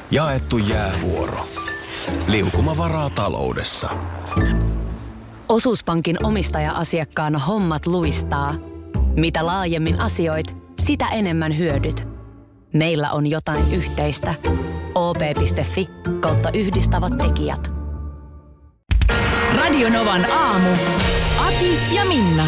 Jaettu jäävuoro. Liukumavaraa taloudessa. Osuuspankin omistaja-asiakkaan hommat luistaa. Mitä laajemmin asioit, sitä enemmän hyödyt. Meillä on jotain yhteistä. op.fi/yhdistävät tekijät. Radio Novan aamu. Ati ja Minna.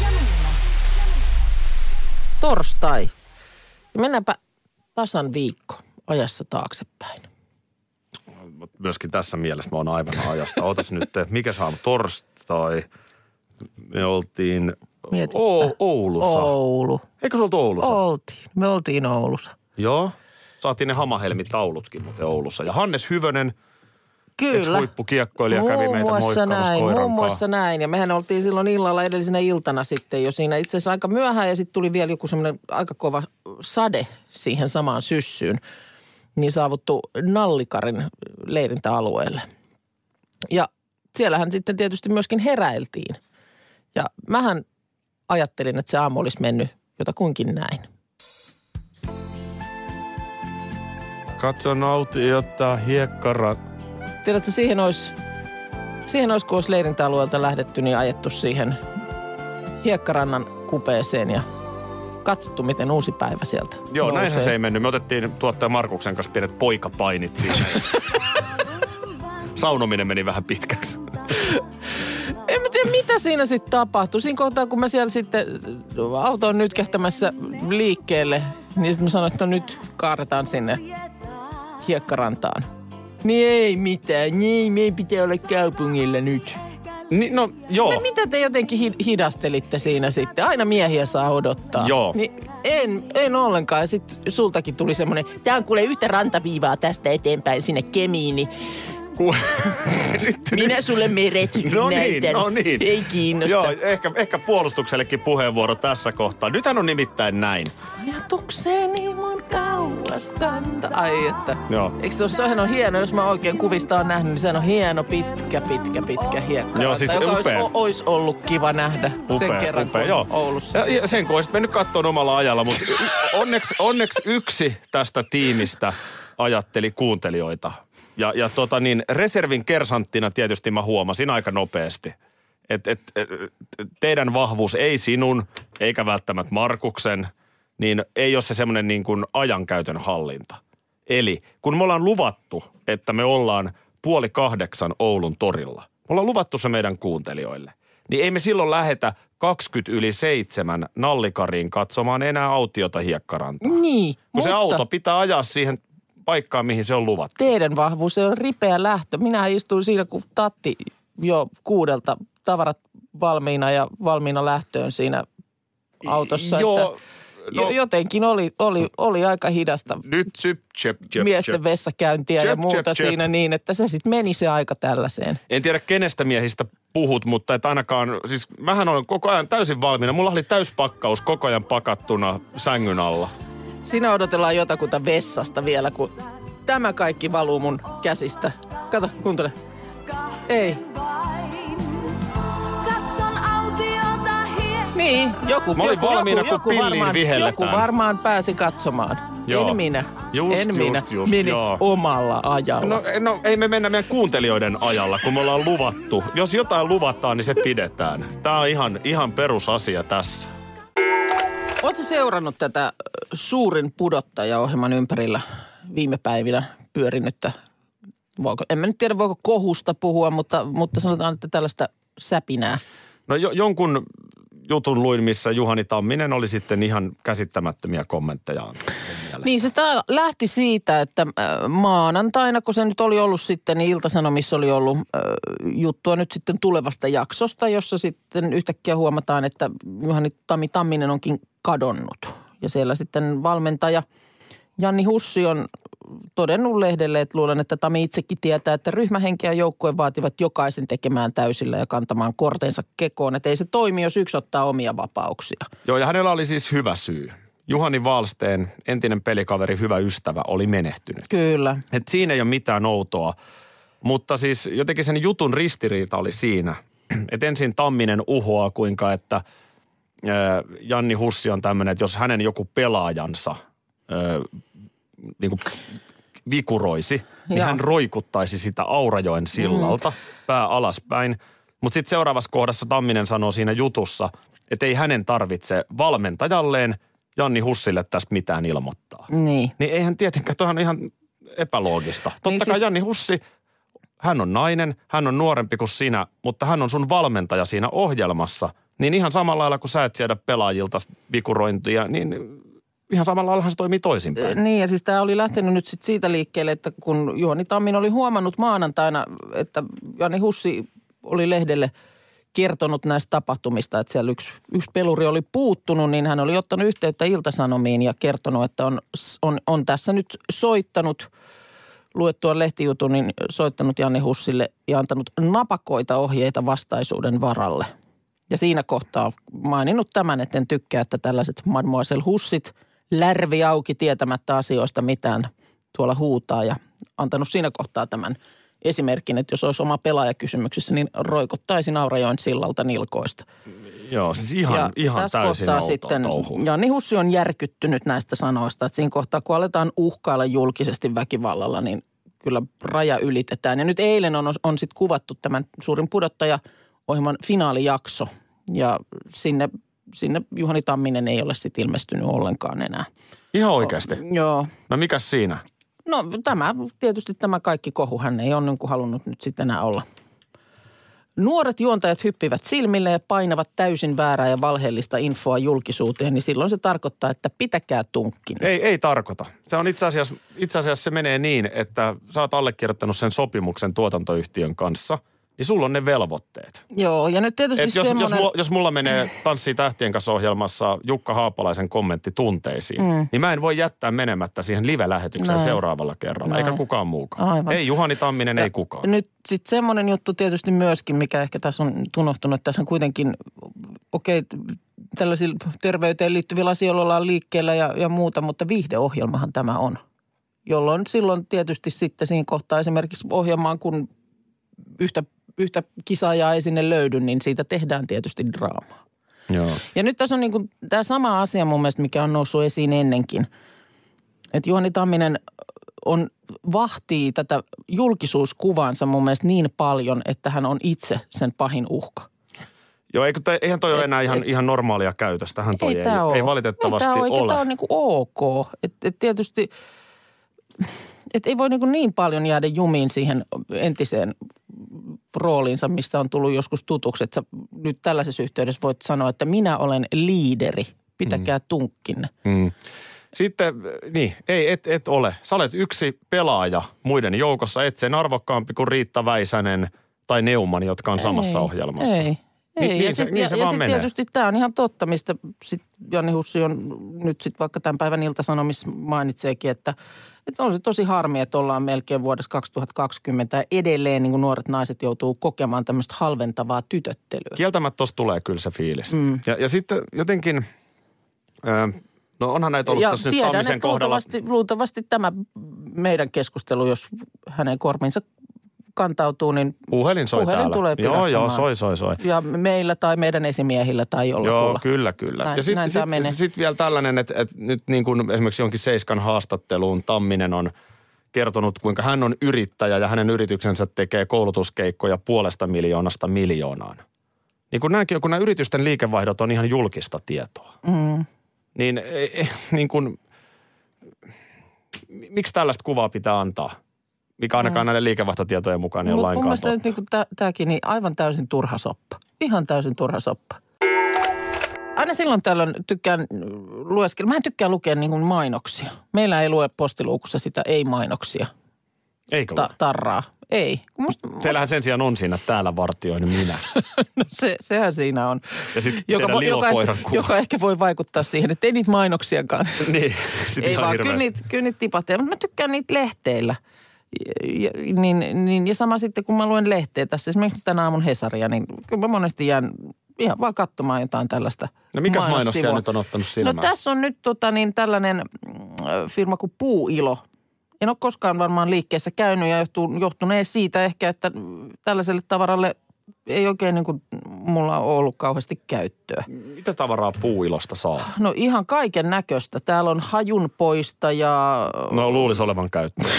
Torstai. Mennäänpä tasan viikko ajassa taaksepäin. Myöskin tässä mielessä mä oon aivan ajasta. Ootas nyt, mikä saa torstai? Me oltiin Oulussa. Oulu. Eikö se oltu Oulussa? Me oltiin Oulussa. Joo. Saatiin ne Hamahelmi-taulutkin muuten Oulussa. Ja Hannes Hyvönen, Kyllä. huippukiekkoilija, kävi meitä moikkaamassa koiran Muun muassa näin. Ja mehän oltiin silloin illalla edellisenä iltana sitten jo siinä itse asiassa aika myöhään. Ja sitten tuli vielä joku semmoinen aika kova sade siihen samaan syssyyn. Niin saavuttu Nallikarin leirintäalueelle. Ja siellähän sitten tietysti myöskin heräiltiin. Ja mähän ajattelin, että se aamu olisi mennyt jotakuinkin näin. Katso nautiota Tiedätkö, siihen olisi, kun olisi leirintäalueelta lähdetty, niin ajettu siihen hiekkarannan kupeeseen ja katsottu, miten uusi päivä sieltä Joo, nousee. näinhän se ei mennyt. Me otettiin tuottaja Markuksen kanssa pienet poikapainit siinä. Saunominen meni vähän pitkäksi. En mä tiedä, mitä siinä sitten tapahtui. Siinä kohtaa, kun mä siellä sitten auto on nytkähtämässä liikkeelle, niin sitten mä sanoin, että no nyt kaaretaan sinne hiekkarantaan. Niin ei mitään. Niin, me ei pitää olla kaupungilla nyt. Niin, no, joo. No, mitä te jotenkin hidastelitte siinä sitten? Aina miehiä saa odottaa. Joo. Niin en ollenkaan. Ja sitten sultakin tuli semmoinen, tää on kuule yhtä rantaviivaa tästä eteenpäin sinne Kemiin, niin minä sulle meret näytän. No niin. Ei kiinnosta. Joo, ehkä puolustuksellekin puheenvuoro tässä kohtaa. Nythän on nimittäin näin. Ajatukseni mun kauas kanta. Ai että. Joo. Eikö sehän on hieno, jos mä oikein kuvista on nähnyt, niin sehän on hieno pitkä hiekkaranta. Joo, siis joka upea. olisi ollut kiva nähdä sen kerran, kun joo. Oulussa. Ja sen kun olisit mennyt kattoon omalla ajalla, mutta onneksi yksi tästä tiimistä ajatteli kuuntelijoita. Ja reservin kersanttina tietysti mä huomasin aika nopeasti, että teidän vahvuus ei sinun, eikä välttämättä Markuksen, niin ei ole se semmoinen niin kuin ajankäytön hallinta. Eli kun me ollaan luvattu, että me ollaan 7:30 Oulun torilla, me ollaan luvattu se meidän kuuntelijoille, niin ei me silloin lähetä 7:20 Nallikariin katsomaan enää autiota hiekkarantaa. Niin, kun se auto pitää ajaa siihen paikkaan, mihin se on luvattu. Teidän vahvuus on ripeä lähtö. Minä istuin siinä, kun Tatti jo 6 tavarat valmiina lähtöön siinä autossa. Joo. Että jotenkin oli aika hidasta nyt miesten vessakäyntiä ja muuta siinä niin, että se sitten meni se aika tällaiseen. En tiedä kenestä miehistä puhut, mutta että ainakaan, siis mähän olen koko ajan täysin valmiina. Mulla oli täyspakkaus koko ajan pakattuna sängyn alla. Siinä odotellaan jotakuta vessasta vielä, kun tämä kaikki valuu mun käsistä. Kato, kuuntele. Ei. Niin, joku varmaan pääsi katsomaan. Joo. En minä. Just, Meni joo. omalla ajalla. No ei me mennä meidän kuuntelijoiden ajalla, kun me ollaan luvattu. Jos jotain luvataan, niin se pidetään. Tää on ihan perusasia tässä. Ootko seurannut tätä Suurin pudottaja-ohjelman ympärillä viime päivinä pyörinyttä? En mä nyt tiedä, voiko kohusta puhua, mutta sanotaan, että tällaista säpinää. No jonkun jutun luin, missä Juhani Tamminen oli sitten ihan käsittämättömiä kommentteja. Niin se lähti siitä, että maanantaina, kun se nyt oli ollut sitten, niin Ilta-Sanomissa oli ollut juttua nyt sitten tulevasta jaksosta, jossa sitten yhtäkkiä huomataan, että Juhani Tamminen onkin kadonnut. Ja siellä sitten valmentaja Janni Hussi on todennut lehdelle, että luulen, että Tami itsekin tietää, että ryhmähenki ja joukkue vaativat jokaisen tekemään täysillä ja kantamaan kortensa kekoon. Että ei se toimi, jos yksi ottaa omia vapauksia. Joo, ja hänellä oli siis hyvä syy. Juhani Wahlsten, entinen pelikaveri, hyvä ystävä, oli menehtynyt. Kyllä. Et siinä ei ole mitään outoa, mutta siis jotenkin sen jutun ristiriita oli siinä, että ensin Tamminen uhoaa kuinka, että Janni Hussi on tämmöinen, että jos hänen joku pelaajansa niin kuin vikuroisi, niin Joo. hän roikuttaisi sitä Aurajoen sillalta pää alaspäin. Mutta sitten seuraavassa kohdassa Tamminen sanoo siinä jutussa, että ei hänen tarvitse valmentajalleen Janni Hussille tästä mitään ilmoittaa. Niin. Niin eihän tietenkään, toihan on ihan epäloogista. Totta Niin kai siis- Janni Hussi, hän on nainen, hän on nuorempi kuin sinä, mutta hän on sun valmentaja siinä ohjelmassa. Niin ihan samalla lailla, kun sä et siedä pelaajilta vikurointia, niin ihan samalla lailla se toimii toisinpäin. Niin, ja siis tämä oli lähtenyt nyt sit siitä liikkeelle, että kun Juhani Tamminen oli huomannut maanantaina, että Janni Hussi oli lehdelle kertonut näistä tapahtumista, että siellä yksi peluri oli puuttunut, niin hän oli ottanut yhteyttä Ilta-Sanomiin ja kertonut, että on tässä nyt soittanut, luettua lehtijutun, niin soittanut Janni Hussille ja antanut napakoita ohjeita vastaisuuden varalle. Ja siinä kohtaa maininnut tämän, että en tykkää, että tällaiset Mademoiselle Hussit lärvi auki tietämättä asioista mitään tuolla huutaa ja antanut siinä kohtaa tämän esimerkin, että jos olisi oma pelaaja kysymyksissä, niin roikottaisin Aurajoen sillalta nilkoista. Joo, siis ihan tässä täysin kohtaa outoa sitten touhua. Janni Hussi on järkyttynyt näistä sanoista, että siinä kohtaa kun aletaan uhkailla julkisesti väkivallalla, niin kyllä raja ylitetään. Ja nyt eilen on sitten kuvattu tämän Suurin pudottaja-ohjelman finaalijakso ja sinne Juhani Tamminen ei ole sitten ilmestynyt ollenkaan enää. Ihan oikeasti? Joo. No mikäs siinä? No tietysti tämä kaikki kohu, hän ei ole niin kuin halunnut nyt sitten enää olla. Nuoret juontajat hyppivät silmille ja painavat täysin väärää ja valheellista infoa julkisuuteen, niin silloin se tarkoittaa, että pitäkää tunkkin. Ei tarkoita. Se on itse asiassa se menee niin, että sä oot allekirjoittanut sen sopimuksen tuotantoyhtiön kanssa, niin sulla on ne velvoitteet. Joo, ja nyt tietysti Jos mulla menee Tanssii tähtien kanssa -ohjelmassa Jukka Haapalaisen kommentti tunteisiin, niin mä en voi jättää menemättä siihen live-lähetykseen seuraavalla kerralla, eikä kukaan muukaan. Aivan. Ei Juhani Tamminen, ei kukaan. Nyt sitten semmoinen juttu tietysti myöskin, mikä ehkä tässä on unohtunut, että tässä on kuitenkin, tällaisilla terveyteen liittyvillä asioilla ollaan liikkeellä ja muuta, mutta viihdeohjelmahan tämä on. Jolloin silloin tietysti sitten siinä kohtaa esimerkiksi ohjelmaan, kun yhtä kisaajaa ei sinne löydy, niin siitä tehdään tietysti draamaa. Joo. Ja nyt tässä on niin kuin tämä sama asia mun mielestä, mikä on noussut esiin ennenkin. Että Juhani Tamminen vahtii tätä julkisuuskuvaansa mun mielestä niin paljon, että hän on itse sen pahin uhka. Joo, eihän toi ole enää ihan normaalia käytöstä. Ei valitettavasti ei ole. Tämä on niin kuin ok. Et tietysti, ei voi niin paljon jäädä jumiin siihen entiseen rooliinsa, mistä on tullut joskus tutuksi. Että sä nyt tällaisessa yhteydessä voit sanoa, että minä olen liideri, pitäkää tunkkinne. Sitten, niin, et ole. Sä olet yksi pelaaja muiden joukossa, et sen arvokkaampi kuin Riitta Väisänen tai Neumann, jotka on samassa ohjelmassa. Ei. Niin se vaan menee. Tietysti tämä on ihan totta, mistä sit Janni Hussi on nyt sitten vaikka tämän päivän Ilta-Sanomissa mainitseekin, että on se tosi harmi, että ollaan melkein vuodessa 2020 ja edelleen niin kuin nuoret naiset joutuu kokemaan tämmöistä halventavaa tytöttelyä. Kieltämättä tuossa tulee kyllä se fiilis. Ja sitten jotenkin, no onhan näitä ollut tässä nyt Tammisen kohdalla. Luultavasti tämä meidän keskustelu, jos hänen korvinsa kantautuu, niin puhelin täällä. Tulee pidättämään. Joo, soi. Ja meillä tai meidän esimiehillä tai jollakulla. Joo, kyllä. Näin, ja sitten vielä tällainen, että nyt niin kuin esimerkiksi jonkin Seiskan haastatteluun Tamminen on kertonut, kuinka hän on yrittäjä ja hänen yrityksensä tekee koulutuskeikkoja 500,000 miljoonaan. Niin kun nämäkin, kun nämä yritysten liikevaihdot on ihan julkista tietoa, niin kuin, miksi tällaista kuvaa pitää antaa? Mikä ainakaan näiden liikevaihtotietojen mukaan ei ole lainkaan totta. Mun mielestä niin tämäkin niin aivan täysin turha soppa. Ihan täysin turha soppa. Aina silloin tällöin tykkään lueskella. Mä en tykkää lukea niin kuin mainoksia. Meillä ei lue postiluukussa sitä ei-mainoksia. Eikö tarraa. Ei. Teillähän sen sijaan on siinä täällä vartioin minä. No sehän siinä on. Ja sitten teidän lilokoiran kuva. Joka ehkä voi vaikuttaa siihen, että ei niitä mainoksiakaan. Niin, ei vaan, kyllä niitä tipahteilla. Mutta mä tykkään niitä lehteillä. Ja sama sitten, kun mä luen lehteä tässä, esimerkiksi tänä aamun Hesaria, niin kyllä mä monesti jään ihan vaan katsomaan jotain tällaista. No mikäs mainos siellä nyt on ottanut silmään? No tässä on nyt tällainen firma kuin Puuilo. En ole koskaan varmaan liikkeessä käynyt ja johtuneen siitä ehkä, että tällaiselle tavaralle ei oikein niin kuin mulla ole ollut kauheasti käyttöä. Mitä tavaraa puuilosta saa? No ihan kaiken näköistä. Täällä on hajunpoistaja. No luulisi olevan käyttöä.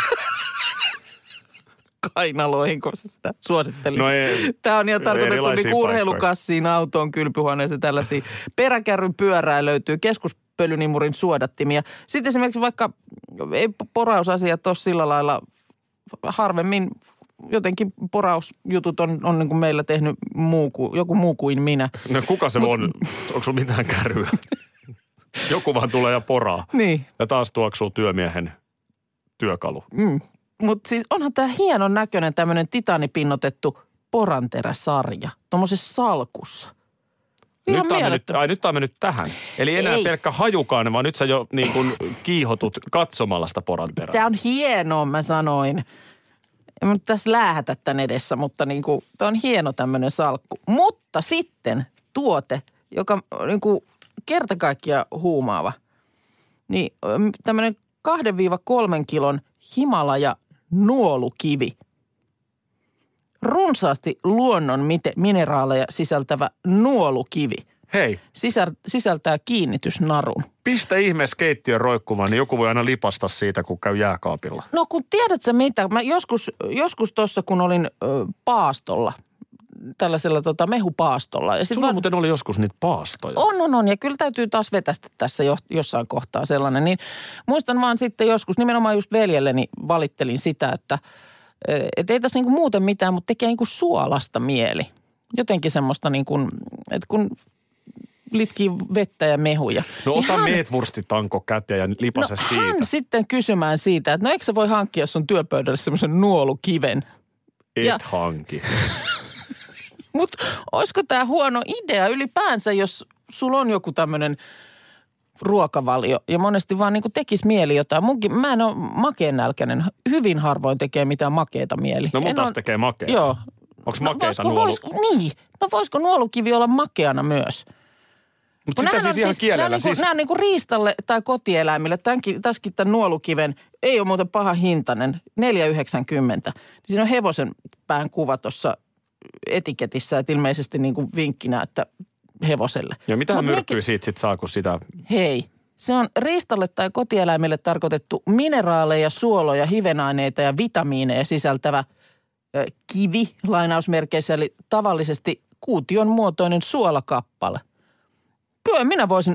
Kainaloihinko se sitä suosittelisit? No ei. Tämä on ihan tarkoitettu Erilaisiin niin urheilukassiin, autoon, kylpyhuoneeseen, tällaisia. Peräkärryn pyörää löytyy, keskuspölynimurin suodattimia. Sitten esimerkiksi vaikka ei porausasiat ole sillä lailla harvemmin, jotenkin porausjutut on niin kuin meillä tehnyt joku muu kuin minä. No kuka se on? Onko sulla mitään kärryä? Joku vaan tulee ja poraa. Niin. Ja taas tuoksuu työmiehen työkalu. Mutta siis onhan tämä hienon näköinen tämmöinen titaanipinnotettu poranteräsarja tuommoisessa salkussa. Ihan nyt on mennyt tähän. Eli enää Ei. pelkkä hajukaan, vaan nyt sä jo niin kuin kiihotut katsomalla sitä poranterää. Tämä on hienoa, mä sanoin. En mä nyt tässä läähätä tämän edessä, mutta niin kuin, tämä on hieno tämmöinen salkku. Mutta sitten tuote, joka niin kuin kerta kaikkiaan huumaava, niin tämmöinen 2-3 kilon Himalaja nuolukivi. Runsaasti luonnon mineraaleja sisältävä nuolukivi. Hei, Sisältää kiinnitysnarun. pistä ihmeessä keittiön roikkumaan, niin joku voi aina lipasta siitä, kun käy jääkaapilla. No kun tiedät sä mitä, mä joskus tuossa kun olin paastolla, tällaisella mehupaastolla. Ja Sulla muuten oli joskus niitä paastoja. On. Ja kyllä täytyy taas vetästä tässä jossain kohtaa sellainen. Niin muistan vaan sitten joskus, nimenomaan just veljelleni valittelin sitä, että ei tässä niinku muuten mitään, mutta tekee niinku suolasta mieli. Jotenkin semmoista niin kuin, että kun litkii vettä ja mehuja. No niin ota meetwurstitanko käteen ja lipase siitä. Hän sitten kysymään siitä, että no eikö sä voi hankkia sun työpöydälle semmoisen nuolukiven. Et hanki. Mutta olisiko tämä huono idea ylipäänsä, jos sulla on joku tämmöinen ruokavalio ja monesti vaan niin kuin tekisi mieli jotain. Mä en ole makeenälkäinen. Hyvin harvoin tekee mitään makeeta mieli. No mun taas tekee makeeta. Joo. Onko makeita nuolu? Voisiko nuolukivi olla makeana myös? Mutta sitä siis ihan kielellä. Nämä on niin kuin riistalle tai kotieläimille. Tässäkin tämän nuolukiven ei ole muuten paha hintainen. 4,90. Siinä on hevosen pään kuva tuossa etiketissä, että ilmeisesti niin kuin vinkkinä, että hevoselle. Ja mitähän myrkkyä siitä sit saa, kun sitä... Hei, se on riistalle tai kotieläimille tarkoitettu mineraaleja, suoloja, hivenaineita ja vitamiineja sisältävä kivi, lainausmerkeissä, eli tavallisesti kuution muotoinen suolakappale. Kyllä minä voisin...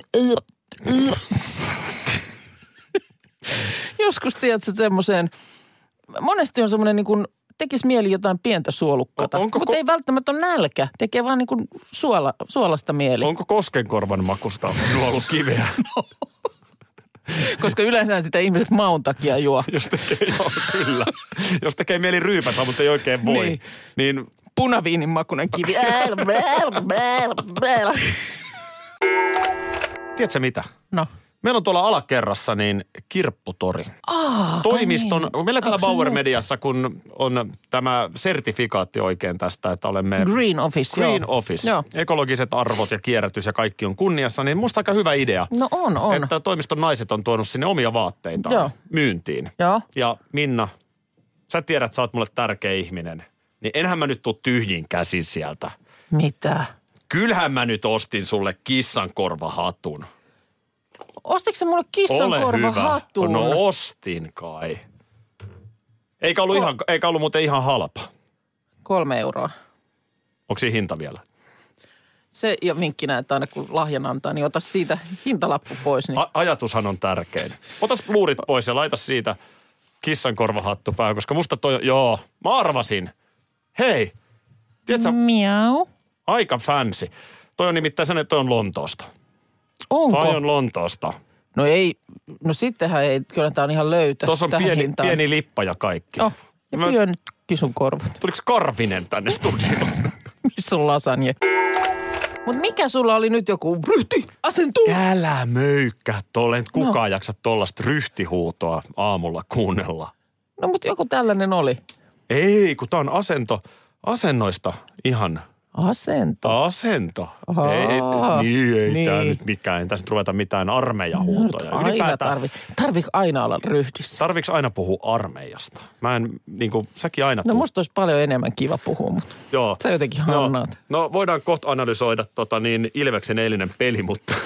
Joskus tiedätkö semmoiseen... Monesti on semmoinen niin kuin... Tekisi mieli jotain pientä suolukkata, mutta ei välttämättä ole nälkä. Tekee vaan niin kuin suolasta mieli. Onko koskenkorvan makusta nuolukiveä? No. Koska yleensä sitä ihmiset maun takia juo. Kyllä. Jos tekee mieli ryypätä, mutta ei oikein voi. Niin punaviinin makuinen kivi. Tiedätkö mitä? No. Meillä on tuolla alakerrassa niin kirpputori. Toimiston, niin. Meillä täällä Bauer Mediassa, kun on tämä sertifikaatti oikein tästä, että olemme... Green Office. Joo. Ekologiset arvot ja kierrätys ja kaikki on kunniassa, niin musta aika hyvä idea. No on. Että toimiston naiset on tuonut sinne omia vaatteitaan myyntiin. Joo. Ja Minna, sä tiedät, että sä oot mulle tärkeä ihminen, niin enhän mä nyt tuu tyhjin käsin sieltä. Mitä? Kyllähän mä nyt ostin sulle kissankorvahatun. Ostitko sä mulle kissankorvahatun? No ostin kai. Eikä ollut muuten ihan halpa. 3 euroa. Onko siinä hinta vielä? Se ja vinkkinä, että aina kun lahjan antaa, niin ota siitä hintalappu pois. Niin. Ajatushan on tärkein. Otas luurit pois ja laita siitä kissankorvahattu päähän, koska musta mä arvasin. Hei, tiedätkö? Miau. Aika fancy. Toi on nimittäin sen, että toi on Lontoosta. Onko? Toi on Lontoosta. No ei, no sittenhän ei, kyllä tää on ihan löytö. Tuossa on pieni lippa ja kaikki. Ja pyön kisun korvat. Tuliko Karvinen tänne studioon? Missä on lasagne? Mut mikä sulla oli nyt joku ryhti asentuu? Älä möykkä tolleen, kukaan jaksa tollasta ryhtihuutoa aamulla kuunnella. No mut joku tällainen oli. Ei, kun tää on asennoista ihan Asento. Ei tämä nyt mikään. En tässä ruveta mitään armeijahuutoja. Tarviiko aina olla ryhdissä? Tarviiko aina puhua armeijasta? Mä en, säkin aina No musta olisi paljon enemmän kiva puhua, mutta joo. sä jotenkin hannaat. No voidaan kohta analysoida Ilveksen eilinen peli, mutta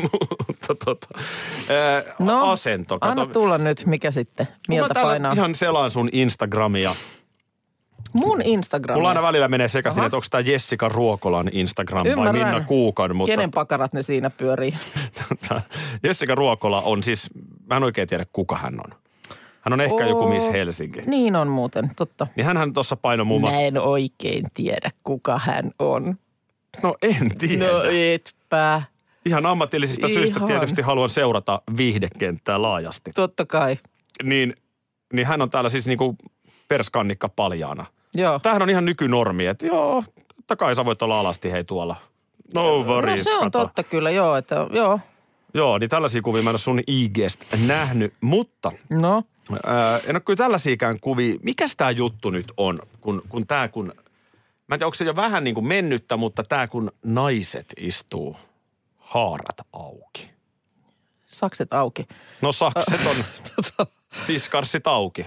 asento. Anna tulla nyt, mikä sitten mieltä painaa. Ihan selaan sun Instagramia. Mun Instagram. Mulla aina välillä menee sekaisin, että onko tämä Jessica Ruokolan Instagram vai Minna Kuukan. Mutta kenen pakarat ne siinä pyörii? Jessica Ruokola on siis, mä en oikein tiedä kuka hän on. Hän on ehkä joku Miss Helsinki. Niin on muuten, totta. Niin hänhän tuossa painoi muun muassa. Mä en oikein tiedä, kuka hän on. No en tiedä. No etpä. Ihan ammatillisista syistä tietysti haluan seurata viihdekenttää laajasti. Totta kai. Niin hän on täällä siis niinku perskannikka paljaana. Joo. Tämähän on ihan nykynormi, että joo, totta kai sä voit olla alasti hei tuolla. No worries, no se on totta kyllä, joo, että joo. Joo, niin tällaisia kuvia mä en ole sun IG:stä nähnyt, mutta no. En ole kyllä tällaisiakään kuvia. Mikäs tää juttu nyt on, kun mä en tiedä, onko se jo vähän niin kuin mennyttä, mutta tää kun naiset istuu haarat auki. Sakset auki. No sakset on piskarssit auki.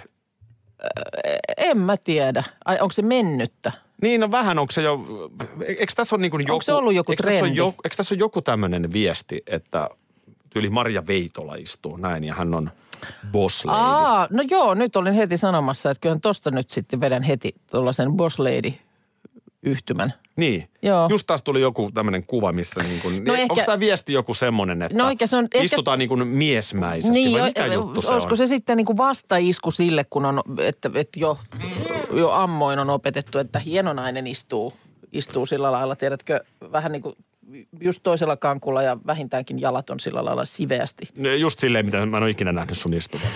En mä tiedä. Ai onko se mennyttä? Niin, no vähän onko se jo, eikö tässä ole niin kuin joku. Onko se ollut joku trendi? Eikö tässä ole joku tämmöinen viesti, että tyyli Marja Veitola istuu näin ja hän on boss lady. No joo, nyt olin heti sanomassa, että kyllähän tosta nyt sitten vedän heti tuollaisen boss lady yhtymän. Niin. Joo. Just taas tuli joku tämmöinen kuva, missä niin kuin, no onko tämä viesti joku semmoinen, että istutaan niin kuin miesmäisesti niin, vai mikä juttu se on? Olisiko se sitten niin kuin vastaisku sille, kun on, että jo ammoin on opetettu, että hieno nainen istuu sillä lailla, tiedätkö, vähän niin kuin just toisella kankulla ja vähintäänkin jalat on sillä lailla siveästi. No, just silleen, mitä mä en ole ikinä nähnyt sun istuvan.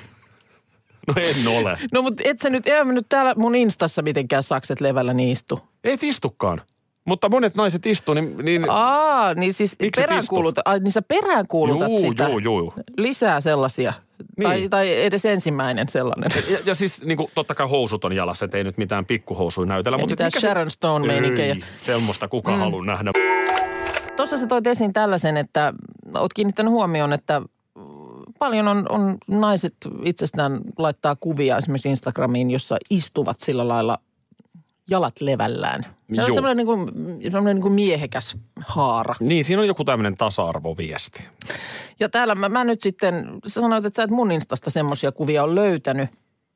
No en ole. No mutta eihän nyt täällä mun Instassa mitenkään sakset levällä niin istu. Ei istukaan. Mutta monet naiset istuu, niin niin siis niin sä peräänkuulutat sitä. Joo. Lisää sellaisia. Niin. Tai edes ensimmäinen sellainen. Ja siis niin kuin, totta kai housut on jalassa, ettei nyt mitään pikkuhousuja näytellä. Mutta mitään Sharon Stone-meininkejä. Ei, semmoista kukaan haluaa nähdä. Tuossa sä toit esiin tällaisen, että oot kiinnittänyt huomioon, että paljon on naiset itsestään laittaa kuvia esimerkiksi Instagramiin, jossa istuvat sillä lailla jalat levällään. Se on semmoinen niin kuin miehekäs haara. Niin, siinä on joku tämmöinen tasa-arvoviesti. Ja täällä mä nyt sitten, sä sanoit, että sä et mun Instasta semmoisia kuvia on löytänyt.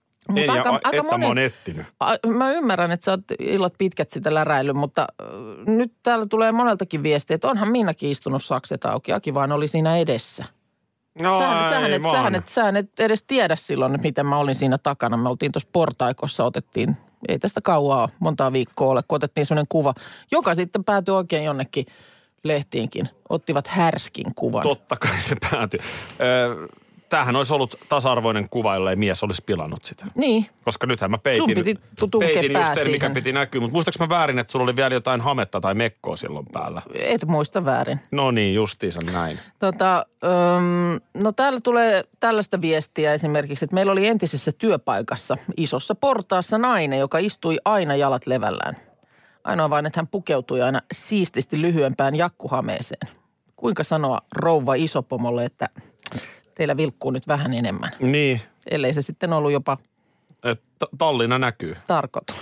Mä oon etsinyt. Mä ymmärrän, että sä oot illat pitkät sitä läräillyt, mutta nyt täällä tulee moneltakin viestiä, että onhan Minnakin istunut sakset auki. Aki vaan oli siinä edessä. No, sähän et edes tiedä silloin, miten mä olin siinä takana. Me oltiin tuossa portaikossa, ei tästä kauaa, montaa viikkoa ole, kun otettiin semmoinen kuva, joka sitten päätyi oikein jonnekin lehtiinkin. Ottivat härskin kuvan. Totta kai se päätyi. Tämähän olisi ollut tasa-arvoinen kuva, jollei mies olisi pilannut sitä. Niin. Koska nythän mä peitin just sen, mikä piti näkyä. Mutta muistaaks mä väärin, että sulla oli vielä jotain hametta tai mekkoa silloin päällä? Et muista väärin. No niin, justiinsa näin. No täällä tulee tällaista viestiä esimerkiksi, että meillä oli entisessä työpaikassa isossa portaassa nainen, joka istui aina jalat levällään. Ainoa vain, että hän pukeutui aina siististi lyhyempään jakkuhameeseen. Kuinka sanoa rouva isopomolle, että teillä vilkkuu nyt vähän enemmän. Niin. Ellei se sitten ollut jopa Tallinna näkyy. Tarkoitus.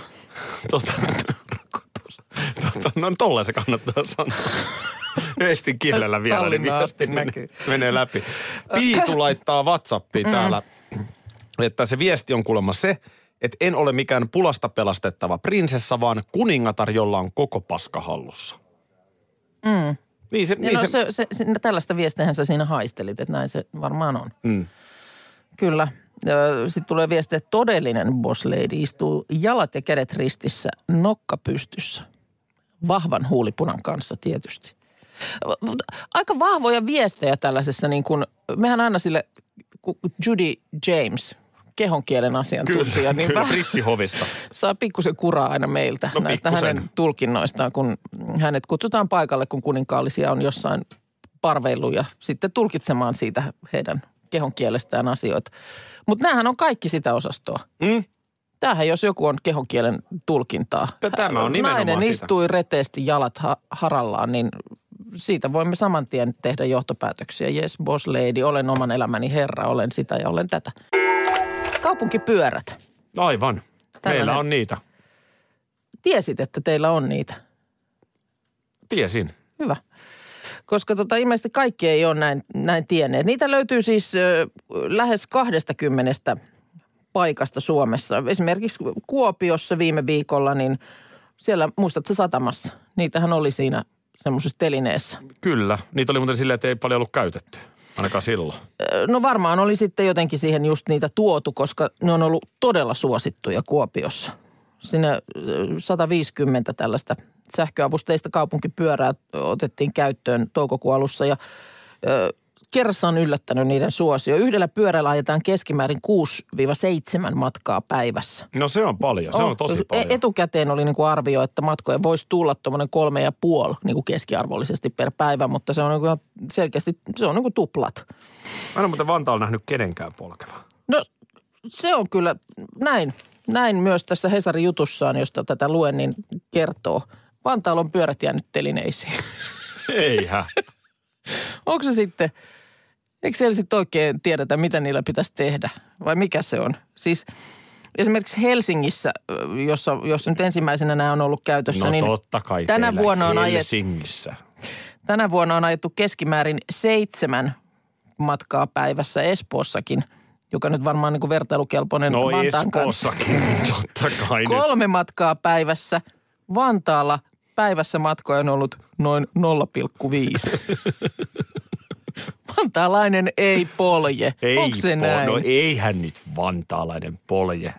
No tolleen se kannattaa sanoa. Estin kielellä vielä. Tallinna asti näkyy. Menee läpi. Piitu laittaa WhatsAppiin täällä, että se viesti on kuulemma se, että en ole mikään pulasta pelastettava prinsessa, vaan kuningatar, jolla on koko paska hallussa. Tällaista viestiähän sä siinä haistelit, että näin se varmaan on. Kyllä. Sitten tulee viesti, että todellinen boss lady istuu jalat ja kädet ristissä, nokka pystyssä. Vahvan huulipunan kanssa tietysti. Aika vahvoja viestejä tällaisessa, niin kuin, mehän aina sille Judy James, kehonkielen asiantuntija. Kyllä, brittihovista. Saa pikkusen kuraa aina meiltä näistä hänen tulkinnoistaan, kun hänet kutsutaan paikalle, kun kuninkaallisia on jossain parveillut ja sitten tulkitsemaan siitä heidän kehonkielestään asioita. Mutta näähän on kaikki sitä osastoa. Tämähän jos joku on kehonkielen tulkintaa. Tämä on nimenomaan Nainen sitä. istui reteesti jalat harallaan, niin siitä voimme saman tien tehdä johtopäätöksiä. Yes, boss lady, olen oman elämäni herra, olen sitä ja olen tätä. Kaupunkipyörät. Aivan. Meillä on niitä. Tiesit, että teillä on niitä? Tiesin. Hyvä. Koska ilmeisesti kaikki ei ole näin tienneet. Niitä löytyy siis lähes 20 paikasta Suomessa. Esimerkiksi Kuopiossa viime viikolla, niin siellä, muistatko satamassa? Niitähän oli siinä semmoisessa telineessä. Kyllä. Niitä oli muuten silleen, että ei paljon ollut käytetty. Ainakaan silloin. No varmaan oli sitten jotenkin siihen just niitä tuotu, koska ne on ollut todella suosittuja Kuopiossa. Siinä 150 tällaista sähköavusteista kaupunkipyörää otettiin käyttöön toukokuun alussa ja kerrassa on yllättänyt niiden suosio. Yhdellä pyörällä ajetaan keskimäärin 6-7 matkaa päivässä. No se on paljon, se on tosi paljon. Etukäteen oli niinku arvio, että matkoja voisi tulla tuommoinen 3,5 niinku keskiarvollisesti per päivä, mutta se on niinku selkeästi, se on niinku tuplat. Mä en ole muuten Vantaalla nähnyt kenenkään polkevaa. No se on kyllä näin myös tässä Hesarin jutussaan, josta tätä luen, niin kertoo. Vantaalla on pyörät jäänyt telineisiin. Eihän. Onko se sitten, eikö siellä sitten oikein tiedetä, mitä niillä pitäisi tehdä? Vai mikä se on? Siis esimerkiksi Helsingissä, jossa nyt ensimmäisenä nämä on ollut käytössä, no niin totta kai tänä vuonna on Helsingissä. Tänä vuonna on ajettu keskimäärin 7 matkaa päivässä Espoossakin, joka nyt varmaan niin kuin vertailukelpoinen Vantaan kanssa. Espoossakin, totta kai 3 matkaa päivässä. Vantaalla päivässä matkoja on ollut noin 0,5. Vantaalainen ei polje. Onko se näin? No eihän nyt vantaalainen polje.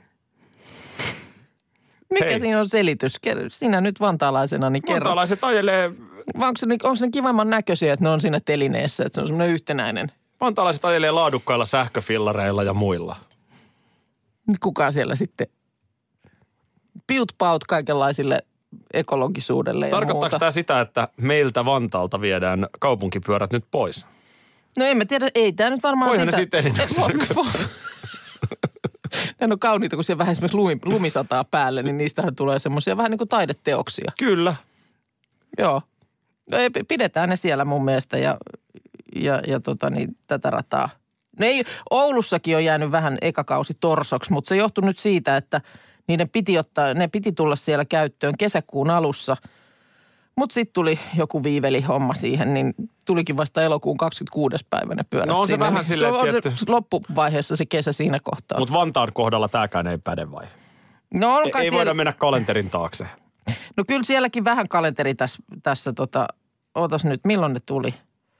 Mikä siinä on selitys? Sinä nyt vantaalaisena, niin kerro. Vantaalaiset ajelee... Onko ne kivemman näköisiä, että ne on siinä telineessä, että se on semmoinen yhtenäinen? Vantaalaiset ajelee laadukkailla sähköfillareilla ja muilla. Kuka siellä sitten? Piut-paut kaikenlaisille ekologisuudelle ja Tarkoittaako muuta. tämä sitä, että meiltä Vantaalta viedään kaupunkipyörät nyt pois? No en mä tiedä, ei tämä nyt varmaan Voihan sitä. ne sitten Ne on kauniita, kun siellä vähän esimerkiksi lumi sataa päälle, niin niistähän tulee semmoisia vähän niin kuin taideteoksia. Kyllä. Joo. Pidetään ne siellä mun mielestä ja tätä rataa. Oulussakin on jäänyt vähän ekakausi torsoksi, mutta se johtui nyt siitä, että ne piti tulla siellä käyttöön kesäkuun alussa. Mutta sitten tuli joku viiveli-homma siihen, niin tulikin vasta elokuun 26. päivä ne pyörät. No on se sinne. vähän silleen, tietty. Loppuvaiheessa se kesä siinä kohtaa. Mutta Vantaan kohdalla tämäkään ei päde vai? No, Ei voida mennä kalenterin taakse. No kyllä sielläkin vähän kalenteri tässä ootas nyt, milloin ne tuli?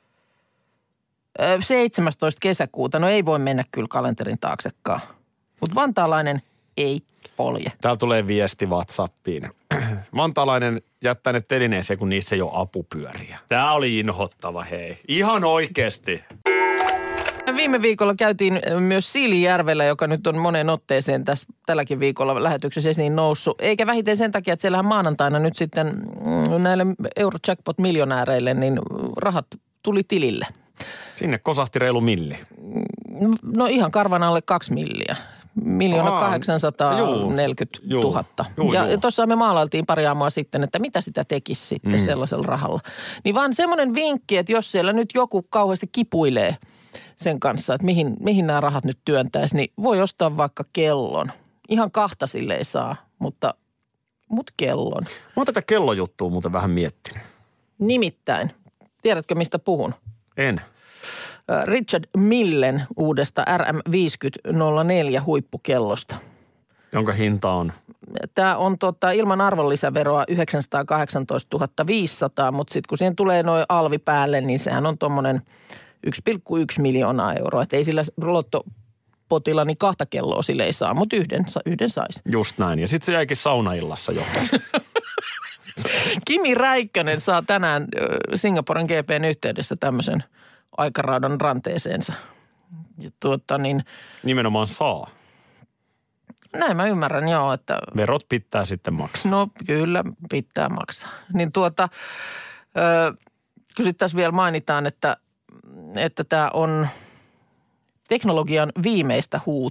17. kesäkuuta, no ei voi mennä kyllä kalenterin taaksekaan. Mutta vantaalainen ei polje. Täällä tulee viesti WhatsAppiin. Vantaalainen jättää ne telineeseen, kun niissä ei ole apupyöriä. Tää oli inhottava, hei. Ihan oikeesti. Viime viikolla käytiin myös Siilijärvellä, joka nyt on moneen otteeseen tälläkin viikolla lähetyksessä esiin noussut. Eikä vähiten sen takia, että siellähän maanantaina nyt sitten näille Eurojackpot-miljonääreille, niin rahat tuli tilille. Sinne kosahti reilu milli. No ihan karvan alle 2 milliä. 1,840 000. Ja tuossa me maalailtiin pari aamua sitten, että mitä sitä tekisi sitten sellaisella rahalla. Niin vaan semmoinen vinkki, että jos siellä nyt joku kauheasti kipuilee sen kanssa, että mihin nämä rahat nyt työntäisi, niin voi ostaa vaikka kellon. Ihan 2 sille ei saa, mutta kellon. Mä oon tätä kellojuttua muuten vähän miettinyt. Nimittäin, tiedätkö mistä puhun? En. Richard Millen uudesta RM5004 huippukellosta. Jonka hinta on? Tämä on ilman arvonlisäveroa 918 500, mutta sitten kun siihen tulee noin alvi päälle, niin sehän on tuommoinen 1,1 miljoonaa euroa. Että ei sillä lottopotilla niin 2 kelloa sille ei saa, mutta yhden saisi. Just näin. Ja sitten se jäikin saunaillassa jo. Kimi Räikkönen saa tänään Singaporen GP:n yhteydessä tämmöisen aikaraudan ranteeseensa. Ja Nimenomaan saa. Näin mä ymmärrän, joo, että... Verot pitää sitten maksaa. No kyllä, pitää maksaa. Niin kun sitten tässä vielä mainitaan, että tämä on teknologian viimeistä huutoa.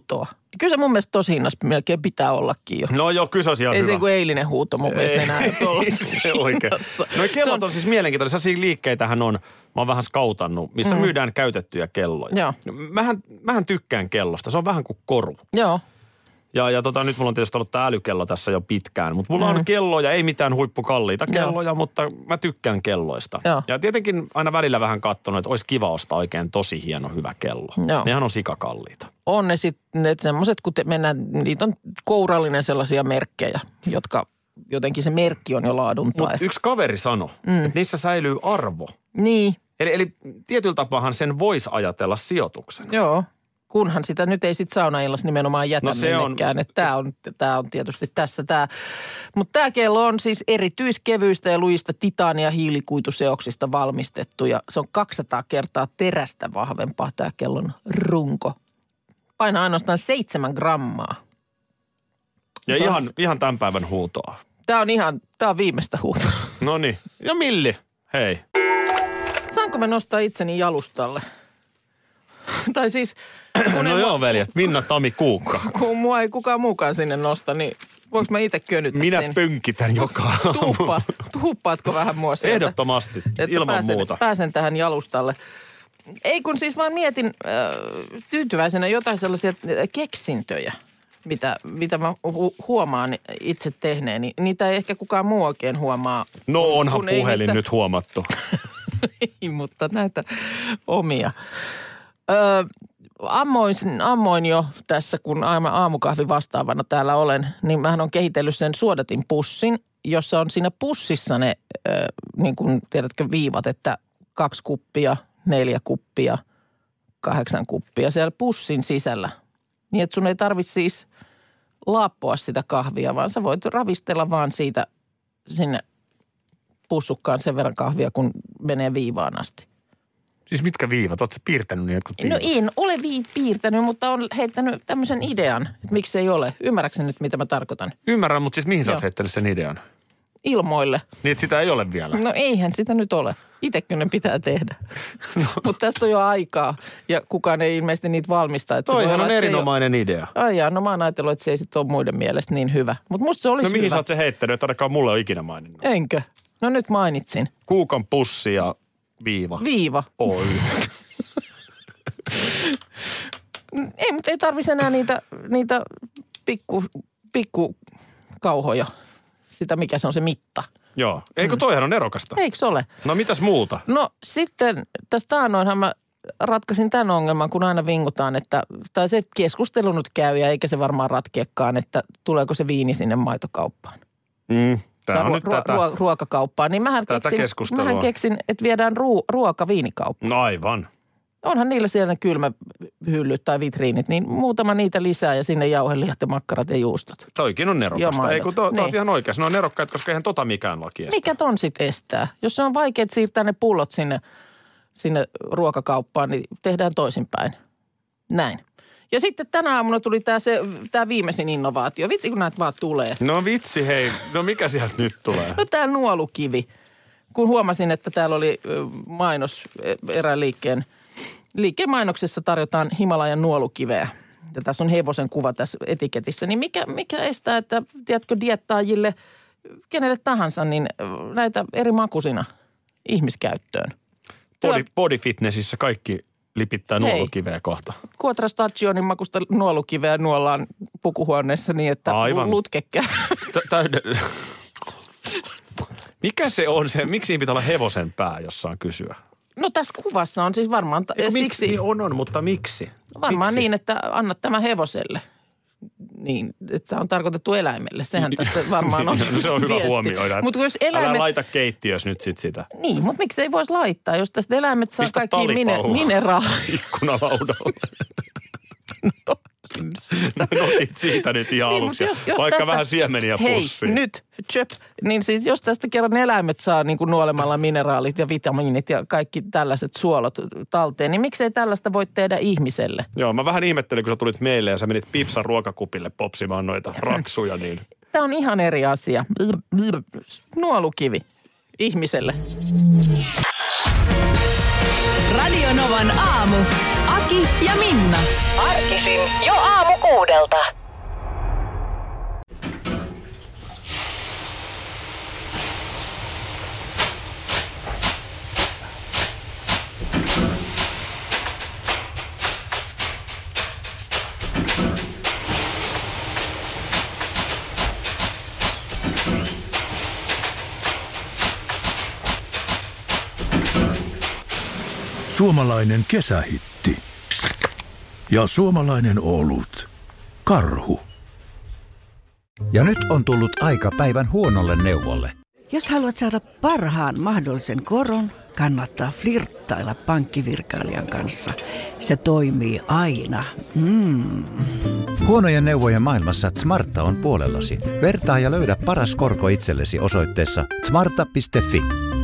Kyllä se mun mielestä tosi hinnasta melkein pitää ollakin jo. No joo, kyllä se on ihan Ei hyvä. se kuin eilinen huuto mun mielestä enää tuollaista. Se oikein. No kellot on siis mielenkiintoinen. Sellaisia liikkeitähän on, mä oon vähän skautannut, missä myydään käytettyjä kelloja. Joo. Mähän tykkään kellosta. Se on vähän kuin koru. Joo. Ja nyt mulla on tietysti ollut tää älykello tässä jo pitkään. Mutta mulla on kelloja, ei mitään huippukalliita kelloja, mutta mä tykkään kelloista. Joo. Ja tietenkin aina välillä vähän katsonut, että olisi kiva ostaa oikein tosi hieno hyvä kello. Joo. Nehän on sikakalliita. On ne sitten semmoiset, kun niitä on kourallinen sellaisia merkkejä, jotka jotenkin se merkki on jo laadun tae. Mutta yksi kaveri sanoi, että niissä säilyy arvo. Niin, Eli tietyllä tapaahan sen voisi ajatella sijoituksena. joo. Kunhan sitä nyt ei sitten saunaillassa nimenomaan jätä minnekään. Tämä on tietysti tässä tämä. Mutta tämä kello on siis erityiskevyistä ja lujista titaania hiilikuituseoksista valmistettu. Ja se on 200 kertaa terästä vahvempaa tämä kellon runko. Painaa ainoastaan 7 grammaa. Ja ihan tämän päivän huutoa. Tämä on viimeistä huutoa. Noniin. Ja Milli, hei. Saanko mä nostaa itseni jalustalle? Tai siis... No joo, veljet. Minna, Tami, Kuukka. Kun mua ei kukaan muukaan sinne nosta, niin voinko mä itse könytä Minä sen? pönkitän joka aamu. Tuuppaatko vähän mua sieltä? Ehdottomasti, ilman muuta. Pääsen tähän jalustalle. Ei kun siis vaan mietin tyytyväisenä jotain sellaisia keksintöjä, mitä mä huomaan itse tehneeni. Niitä ei ehkä kukaan muu oikein huomaa. No onhan puhelin niistä... nyt huomattu. Ei, mutta näitä omia. Ammoin jo tässä, kun aamukahvi vastaavana täällä olen, niin mähän on kehitellyt sen suodatinpussin, jossa on siinä pussissa ne, niin kuin tiedätkö, viivat, että 2 kuppia, 4 kuppia, 8 kuppia siellä pussin sisällä. Niin, että sun ei tarvitse siis laappoa sitä kahvia, vaan sä voit ravistella vaan siitä sinne pussukkaan sen verran kahvia, kun menee viivaan asti. Siis mitkä viivat? Ootko piirtänyt niin jotkut viivat? No en ole piirtänyt, mutta on heittänyt tämmöisen idean, että miksi ei ole. Ymmärrätkö nyt, mitä mä tarkoitan? Ymmärrän, mutta siis mihin sä oot heittänyt sen idean? Ilmoille. Niin, että sitä ei ole vielä. No eihän sitä nyt ole. Itsekö ne pitää tehdä. No. Mutta tästä on jo aikaa ja kukaan ei ilmeisesti niitä valmista. Toihan on erinomainen idea. Ai jaa, no mä oon ajatellut, että se ei sitten ole muiden mielestä niin hyvä. Mutta musta se olisi hyvä. No mihin sä oot se heittänyt, että ainakaan mulle on ikinä maininnut? Enkö? No nyt mainitsin. Kuukan pussi ja viiva. Viiva. Oy. Ei, mutta ei tarvitsisi enää niitä pikku kauhoja. Sitä, mikä se on se mitta. Joo. Eikö toihan on nerokasta? Eikö ole? No mitäs muuta? No sitten tästä taannoinhan mä ratkaisin tämän ongelman, kun aina vingutaan, että, tai se keskustelu nyt käy ja eikä se varmaan ratkeekaan, että tuleeko se viini sinne maitokauppaan. Tämä on nyt tätä ruokakauppaan. Niin mähän keksin, että viedään ruoka viinikauppaan. No aivan. Onhan niillä siellä ne kylmähyllyt tai vitriinit, niin muutama niitä lisää ja sinne jauhelihat ja makkarat ja juustot. Toikin on nerokasta. Ei kun niin. oot ihan oikeassa. Ne on nerokkaat, koska eihän mikään laki estä. Mikä ton sit estää? Jos se on vaikea siirtää ne pullot sinne ruokakauppaan, niin tehdään toisinpäin. Näin. Ja sitten tänä aamuna tuli tää viimeisin innovaatio. Vitsi, kun näitä vaan tulee. No vitsi, hei. No mikä sieltä nyt tulee? No tää nuolukivi. Kun huomasin, että täällä oli mainos erään liikkeen mainoksessa tarjotaan Himalajan nuolukiveä. Ja tässä on hevosen kuva tässä etiketissä. Niin mikä estää, että tiedätkö diettaajille, kenelle tahansa, niin näitä eri makusina ihmiskäyttöön. Body fitnessissä kaikki lipittää nuolukiveä kohta. Quattro Stagionin makusta nuolukiveä nuollaan pukuhuoneessa niin, että lutkekkä. Mikä se on se? Miksi pitää olla hevosen pää, jos saan kysyä? No tässä kuvassa on siis varmaan siksi. Niin on, mutta miksi? Varmaan miksi? Niin, että annat tämä hevoselle. Niin, että on tarkoitettu eläimelle. Sehän tässä varmaan on no, se on hyvä huomioida. Mutta jos eläimet... Älä laita keittiössä nyt sitä. Niin, mutta miksi ei voisi laittaa, jos tästä eläimet saa mistä kaikki mineraaleja. Ikkunalaudalle. No notit siitä nyt ihan niin, aluksi. Jos vaikka tästä, vähän siemeniä pussiin. Hei, nyt, chöp. Niin siis jos tästä kerran eläimet saa niin kuin nuolemalla mineraalit ja vitamiinit ja kaikki tällaiset suolot talteen, niin miksei tällaista voi tehdä ihmiselle? Joo, mä vähän ihmettelin, kun sä tulit meille ja sä menit Pipsan ruokakupille popsimaan noita raksuja. Niin. Tämä on ihan eri asia. Nuolukivi ihmiselle. Radio Novan aamu. Aki ja Minna. Arkisin jo aamu 6:00. Suomalainen kesähitti. Ja suomalainen olut. Karhu. Ja nyt on tullut aika päivän huonolle neuvolle. Jos haluat saada parhaan mahdollisen koron, kannattaa flirttailla pankkivirkailijan kanssa. Se toimii aina. Huonojen neuvojen maailmassa Smarta on puolellasi. Vertaa ja löydä paras korko itsellesi osoitteessa smarta.fi.